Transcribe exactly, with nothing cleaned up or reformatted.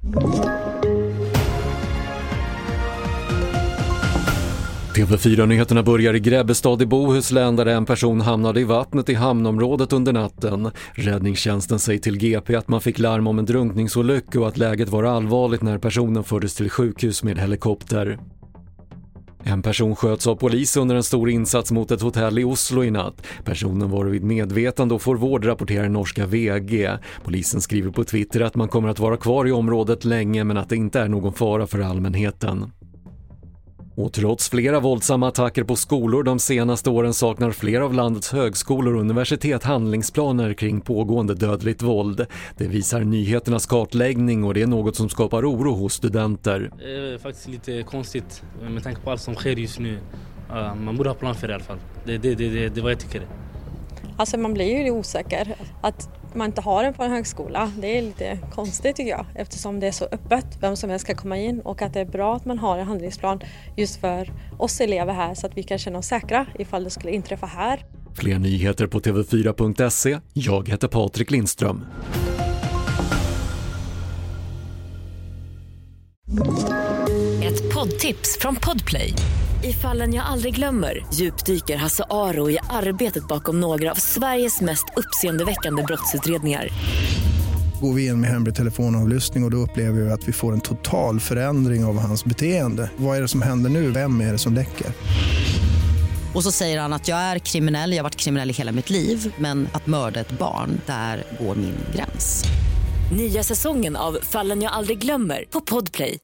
T V fyra-nyheterna börjar i Grebbestad i Bohuslän där en person hamnade i vattnet i hamnområdet under natten. Räddningstjänsten säger till G P att man fick larm om en drunkningsolycka och att läget var allvarligt när personen fördes till sjukhus med helikopter. En person sköts av polis under en stor insats mot ett hotell i Oslo i natt. Personen var vid medvetande och får vård, rapporterar norska V G. Polisen skriver på Twitter att man kommer att vara kvar i området länge men att det inte är någon fara för allmänheten. Och trots flera våldsamma attacker på skolor de senaste åren saknar flera av landets högskolor och universitet handlingsplaner kring pågående dödligt våld. Det visar nyheternas kartläggning och det är något som skapar oro hos studenter. Det är faktiskt lite konstigt med tanke på allt som sker just nu. Man borde ha plan för det i alla fall. Det är det, det, det, det vad jag tycker. Alltså man blir ju osäker. Att man inte har den på en högskola, det är lite konstigt tycker jag. Eftersom det är så öppet vem som helst ska komma in och att det är bra att man har en handlingsplan just för oss elever här så att vi kan känna oss säkra ifall det skulle inträffa här. Fler nyheter på T V fyra punkt se. Jag heter Patrik Lindström. Ett poddtips från Podplay. I Fallen jag aldrig glömmer djupdyker Hasse Aro i arbetet bakom några av Sveriges mest uppseendeväckande brottsutredningar. Går vi in med hemlig telefonavlyssning och, och då upplever vi att vi får en total förändring av hans beteende. Vad är det som händer nu? Vem är det som läcker? Och så säger han att jag är kriminell, jag har varit kriminell i hela mitt liv. Men att mörda ett barn, där går min gräns. Nya säsongen av Fallen jag aldrig glömmer på Podplay.